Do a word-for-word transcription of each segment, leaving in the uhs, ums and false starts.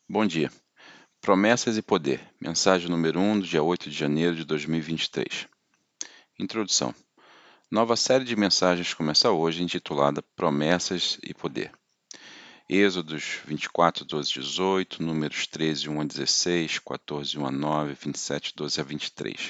Bom dia. Promessas e poder. Mensagem número um, do dia oito de janeiro de dois mil e vinte e três. Introdução. Nova série de mensagens começa hoje, intitulada Promessas e Poder. Êxodos vinte e quatro, doze, dezoito, Números treze, um a dezesseis, quatorze, um a nove, vinte e sete, doze a vinte e três.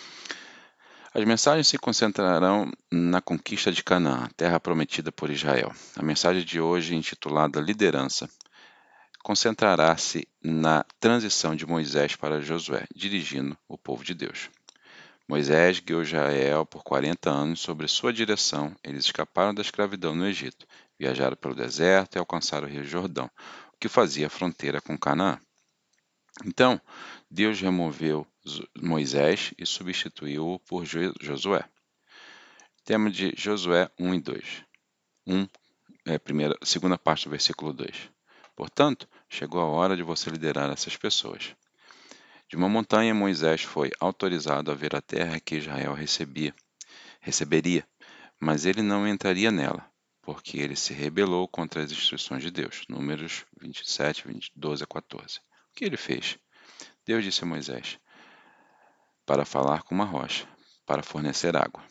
As mensagens se concentrarão na conquista de Canaã, terra prometida por Israel. A mensagem de hoje, intitulada Liderança, concentrará-se na transição de Moisés para Josué, dirigindo o povo de Deus. Moisés guiou Israel por quarenta anos sob sua direção. Eles escaparam da escravidão no Egito, viajaram pelo deserto e alcançaram o rio Jordão, o que fazia a fronteira com Canaã. Então, Deus removeu Moisés e substituiu-o por Josué. Tema de Josué um e dois. um, é, primeira, segunda parte do versículo dois. Portanto, chegou a hora de você liderar essas pessoas. De uma montanha, Moisés foi autorizado a ver a terra que Israel recebia, receberia, mas ele não entraria nela, porque ele se rebelou contra as instruções de Deus. Números vinte e sete, vinte, doze a quatorze. O que ele fez? Deus disse a Moisés para falar com uma rocha, para fornecer água.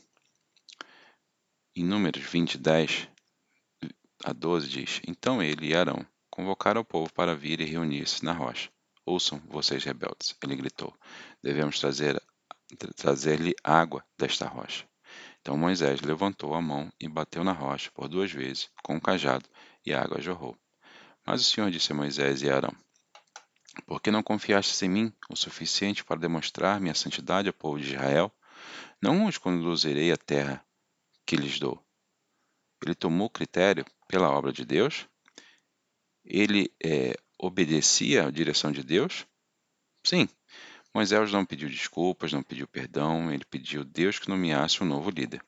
Em Números vinte, dez a doze diz: Então ele e Arão convocaram o povo para vir e reunir-se na rocha. Ouçam, vocês rebeldes, ele gritou. Devemos trazer, trazer-lhe água desta rocha. Então Moisés levantou a mão e bateu na rocha por duas vezes com um cajado, e a água jorrou. Mas o Senhor disse a Moisés e a Arão: Por que não confiastes em mim o suficiente para demonstrar minha santidade ao povo de Israel? Não os conduzirei à terra que lhes dou. Ele tomou critério pela obra de Deus? Ele é, obedecia à direção de Deus? Sim. Moisés não pediu desculpas, não pediu perdão, ele pediu a Deus que nomeasse um novo líder.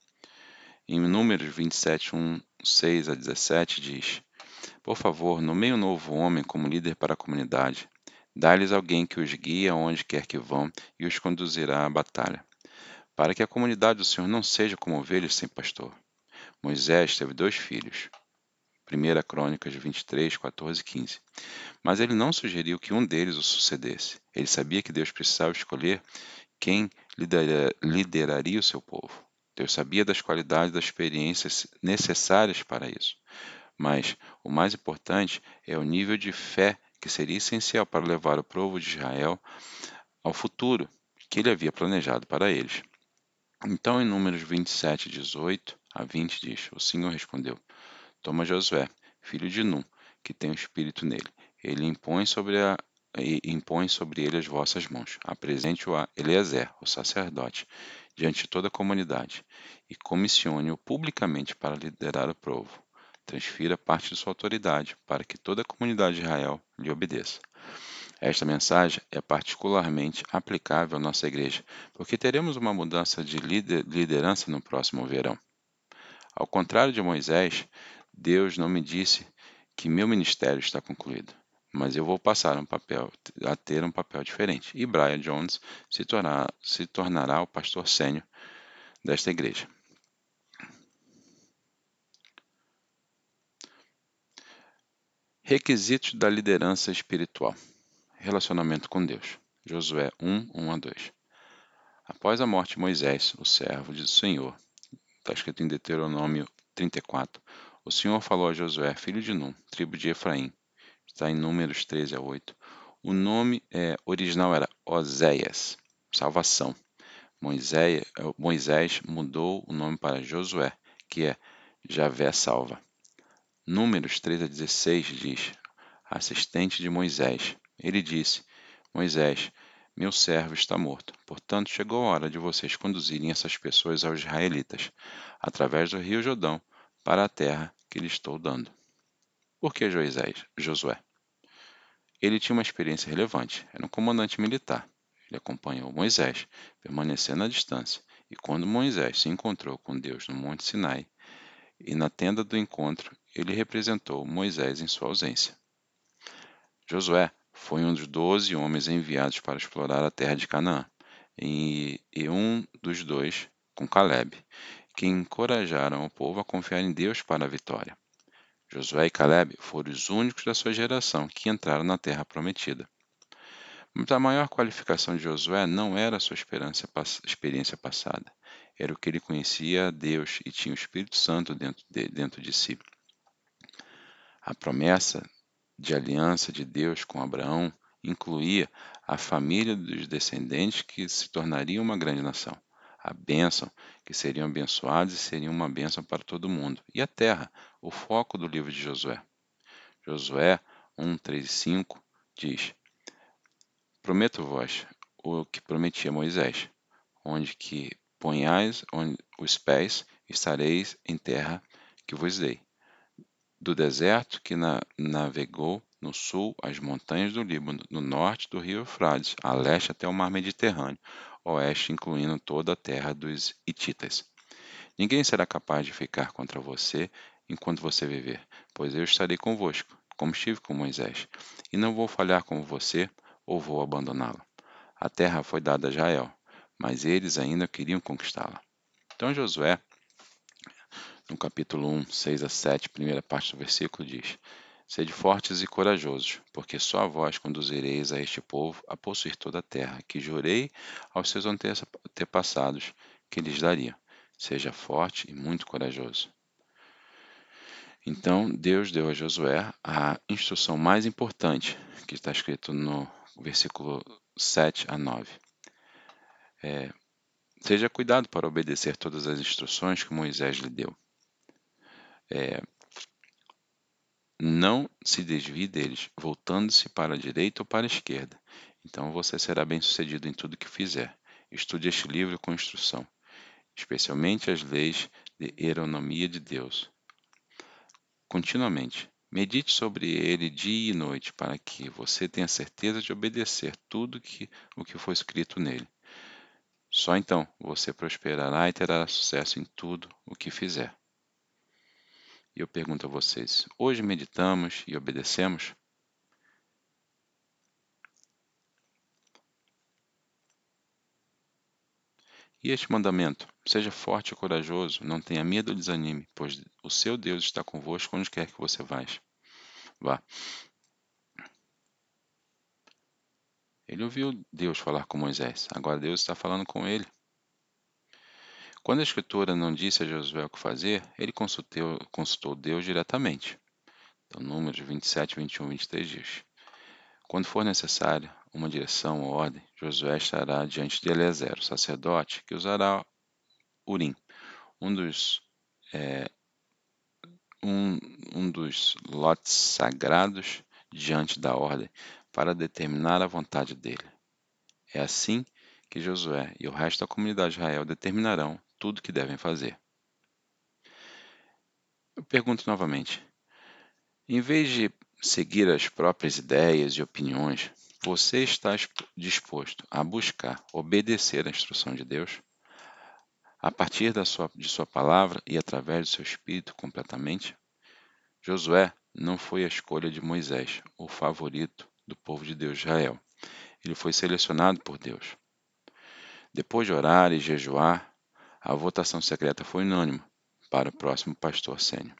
Em Números vinte e sete, um, seis a dezessete diz: Por favor, nomeie um novo homem como líder para a comunidade. Dá-lhes alguém que os guie aonde quer que vão e os conduzirá à batalha, para que a comunidade do Senhor não seja como ovelhas sem pastor. Moisés teve dois filhos. primeira Crônicas vinte e três, quatorze e quinze. Mas ele não sugeriu que um deles o sucedesse. Ele sabia que Deus precisava escolher quem lidera, lideraria o seu povo. Deus sabia das qualidades e das experiências necessárias para isso. Mas o mais importante é o nível de fé que seria essencial para levar o povo de Israel ao futuro que ele havia planejado para eles. Então, em Números vinte e sete, dezoito a vinte diz: O Senhor respondeu: Toma Josué, filho de Num, que tem o espírito nele. Ele impõe sobre, a, e impõe sobre ele as vossas mãos. Apresente-o a Eleazer, o sacerdote, diante de toda a comunidade, e comissione-o publicamente para liderar o povo. Transfira parte de sua autoridade, para que toda a comunidade de Israel lhe obedeça. Esta mensagem é particularmente aplicável à nossa igreja, porque teremos uma mudança de lider, liderança no próximo verão. Ao contrário de Moisés, Deus não me disse que meu ministério está concluído, mas eu vou passar um papel, a ter um papel diferente. E Brian Jones se, tornar, se tornará o pastor sênior desta igreja. Requisitos da liderança espiritual. Relacionamento com Deus. Josué um, um a dois. Após a morte de Moisés, o servo do Senhor, está escrito em Deuteronômio trinta e quatro, o Senhor falou a Josué, filho de Num, tribo de Efraim, está em Números treze a oito. O nome é, original era Oséias, salvação. Moisés, Moisés mudou o nome para Josué, que é Javé salva. Números treze a dezesseis diz: assistente de Moisés. Ele disse: Moisés, meu servo está morto. Portanto, chegou a hora de vocês conduzirem essas pessoas aos israelitas, através do rio Jordão, para a terra que lhe estou dando. Por que Moisés, Josué? Ele tinha uma experiência relevante, era um comandante militar. Ele acompanhou Moisés, permanecendo à distância, e quando Moisés se encontrou com Deus no Monte Sinai, e na tenda do encontro, ele representou Moisés em sua ausência. Josué foi um dos doze homens enviados para explorar a terra de Canaã, e, e um dos dois, com Caleb, que encorajaram o povo a confiar em Deus para a vitória. Josué e Caleb foram os únicos da sua geração que entraram na terra prometida. Mas a maior qualificação de Josué não era a sua experiência, experiência passada, era o que ele conhecia a Deus e tinha o Espírito Santo dentro de, dentro de si. A promessa de aliança de Deus com Abraão incluía a família dos descendentes que se tornariam uma grande nação, a bênção, que seriam abençoados e seriam uma bênção para todo mundo, e a terra, o foco do livro de Josué. Josué um, três e cinco diz: Prometo-vos o que prometi a Moisés, onde que ponhais os pés, estareis em terra que vos dei. Do deserto que na, navegou no sul as montanhas do Líbano, no norte do rio Eufrates, a leste até o mar Mediterrâneo, oeste incluindo toda a terra dos Hititas. Ninguém será capaz de ficar contra você enquanto você viver, pois eu estarei convosco, como estive com Moisés, e não vou falhar com você ou vou abandoná-lo. A terra foi dada a Israel, mas eles ainda queriam conquistá-la. Então Josué, no capítulo um, seis a sete, primeira parte do versículo, diz: Sede fortes e corajosos, porque só vós conduzireis a este povo a possuir toda a terra, que jurei aos seus antepassados que lhes daria. Seja forte e muito corajoso. Então, Deus deu a Josué a instrução mais importante, que está escrito no versículo sete a nove. É, Seja cuidado para obedecer todas as instruções que Moisés lhe deu. É, Não se desvie deles, voltando-se para a direita ou para a esquerda. Então você será bem-sucedido em tudo que fizer. Estude este livro com instrução, especialmente as leis de heronomia de Deus. Continuamente, medite sobre ele dia e noite, para que você tenha certeza de obedecer tudo que, o que foi escrito nele. Só então você prosperará e terá sucesso em tudo o que fizer. E eu pergunto a vocês: hoje meditamos e obedecemos? E este mandamento: seja forte e corajoso, não tenha medo ou desanime, pois o seu Deus está convosco onde quer que você vá. Ele ouviu Deus falar com Moisés, agora Deus está falando com ele. Quando a Escritura não disse a Josué o que fazer, ele consultou, consultou Deus diretamente. Então, Números vinte e sete, vinte e um, vinte e três diz: Quando for necessário uma direção ou ordem, Josué estará diante de Eleazar, o sacerdote, que usará Urim, um dos, é, um, um dos lotes sagrados diante da ordem, para determinar a vontade dele. É assim que Josué e o resto da comunidade de Israel determinarão tudo o que devem fazer. Eu pergunto novamente: em vez de seguir as próprias ideias e opiniões, você está disposto a buscar obedecer à instrução de Deus? A partir da sua, de sua palavra e através do seu espírito completamente? Josué não foi a escolha de Moisés, o favorito do povo de Deus de Israel. Ele foi selecionado por Deus. Depois de orar e jejuar, a votação secreta foi unânime para o próximo pastor sênior.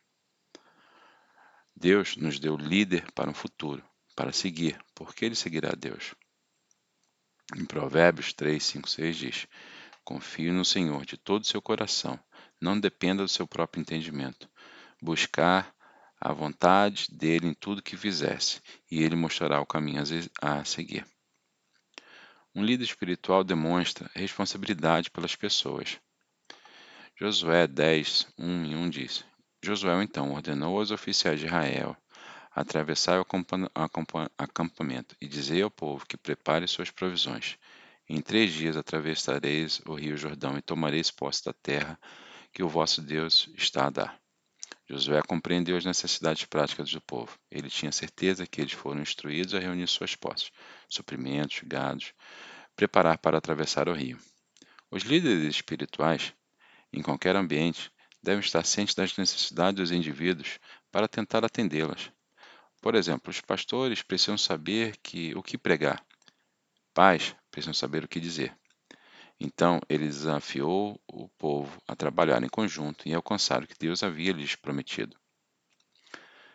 Deus nos deu líder para um futuro, para seguir, porque ele seguirá a Deus. Em Provérbios três, cinco, seis diz: Confie no Senhor de todo o seu coração, não dependa do seu próprio entendimento. Buscar a vontade dele em tudo que fizesse, e ele mostrará o caminho a seguir. Um líder espiritual demonstra responsabilidade pelas pessoas. Josué dez, um e um diz: Josué então ordenou aos oficiais de Israel atravessar o acampamento e dizer ao povo que prepare suas provisões. Em três dias atravessareis o rio Jordão e tomareis posse da terra que o vosso Deus está a dar. Josué compreendeu as necessidades práticas do povo. Ele tinha certeza que eles foram instruídos a reunir suas posses, suprimentos, gados, preparar para atravessar o rio. Os líderes espirituais, em qualquer ambiente, devem estar cientes das necessidades dos indivíduos para tentar atendê-las. Por exemplo, os pastores precisam saber que, o que pregar. Pais precisam saber o que dizer. Então, ele desafiou o povo a trabalhar em conjunto e alcançar o que Deus havia lhes prometido.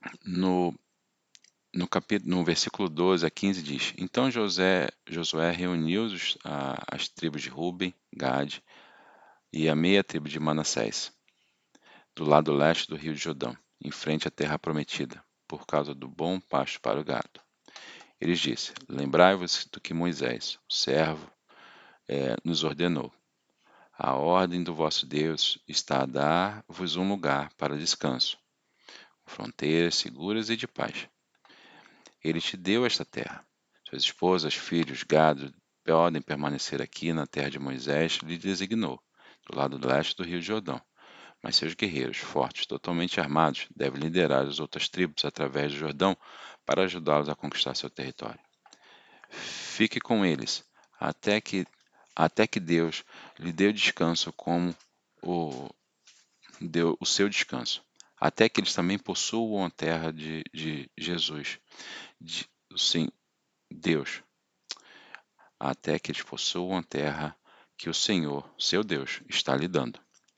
No, no, capítulo, no versículo doze a quinze diz: Então José, Josué reuniu os, a, as tribos de Ruben, Gade e a meia tribo de Manassés, do lado leste do rio de Jordão, em frente à terra prometida, por causa do bom pasto para o gado. Eles disse: Lembrai-vos do que Moisés, o servo, eh, nos ordenou. A ordem do vosso Deus está a dar-vos um lugar para descanso, fronteiras seguras e de paz. Ele te deu esta terra. Suas esposas, filhos, gado podem permanecer aqui na terra de Moisés lhe designou, do lado leste do rio de Jordão. Mas seus guerreiros, fortes, totalmente armados, devem liderar as outras tribos através do Jordão para ajudá-los a conquistar seu território. Fique com eles, até que, até que Deus lhe dê o descanso como o, deu o seu descanso, até que eles também possuam a terra de, de Jesus, de, sim, Deus, até que eles possuam a terra que o Senhor, seu Deus, está lhe dando.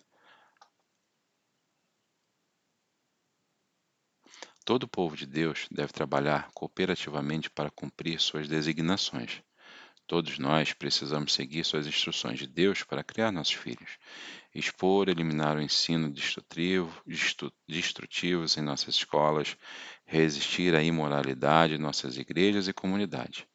Todo o povo de Deus deve trabalhar cooperativamente para cumprir suas designações. Todos nós precisamos seguir suas instruções de Deus para criar nossos filhos, expor, eliminar o ensino destrutivo, destrutivos em nossas escolas, resistir à imoralidade em nossas igrejas e comunidades.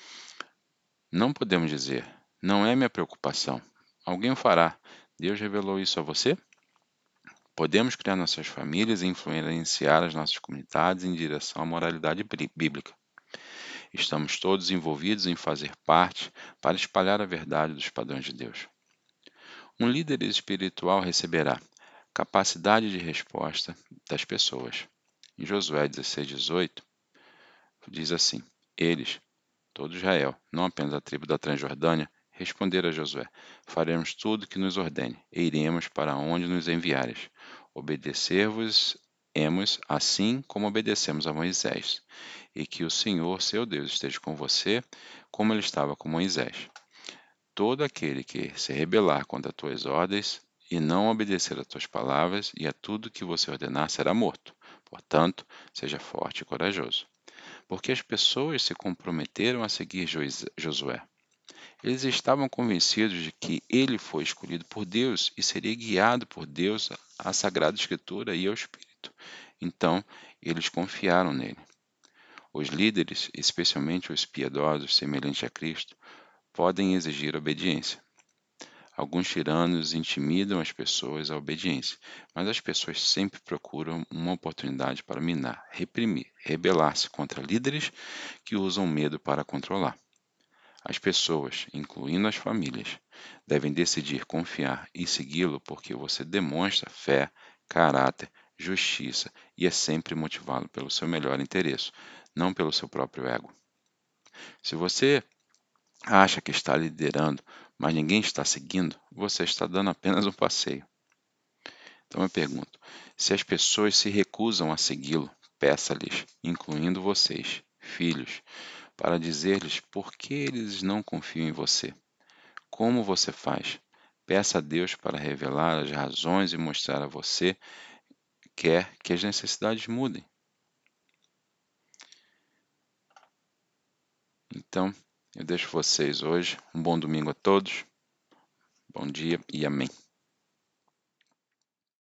Não podemos dizer, não é minha preocupação. Alguém o fará. Deus revelou isso a você? Podemos criar nossas famílias e influenciar as nossas comunidades em direção à moralidade bíblica. Estamos todos envolvidos em fazer parte para espalhar a verdade dos padrões de Deus. Um líder espiritual receberá capacidade de resposta das pessoas. Em Josué dezesseis, dezoito, diz assim: Eles, todo Israel, não apenas a tribo da Transjordânia, responderam a Josué: Faremos tudo o que nos ordene, e iremos para onde nos enviares. Obedecer-vos-emos assim como obedecemos a Moisés, e que o Senhor, seu Deus, esteja com você, como ele estava com Moisés. Todo aquele que se rebelar contra as tuas ordens e não obedecer às tuas palavras e a tudo que você ordenar será morto. Portanto, seja forte e corajoso. Porque as pessoas se comprometeram a seguir Josué. Eles estavam convencidos de que ele foi escolhido por Deus e seria guiado por Deus à Sagrada Escritura e ao Espírito. Então, eles confiaram nele. Os líderes, especialmente os piedosos semelhantes a Cristo, podem exigir obediência. Alguns tiranos intimidam as pessoas à obediência, mas as pessoas sempre procuram uma oportunidade para minar, reprimir, rebelar-se contra líderes que usam medo para controlar. As pessoas, incluindo as famílias, devem decidir confiar e segui-lo porque você demonstra fé, caráter, justiça e é sempre motivado pelo seu melhor interesse, não pelo seu próprio ego. Se você acha que está liderando, mas ninguém está seguindo, você está dando apenas um passeio. Então eu pergunto: se as pessoas se recusam a segui-lo, peça-lhes, incluindo vocês, filhos, para dizer-lhes por que eles não confiam em você. Como você faz? Peça a Deus para revelar as razões e mostrar a você quer que as necessidades mudem. Então, eu deixo vocês hoje. Um bom domingo a todos. Bom dia e amém.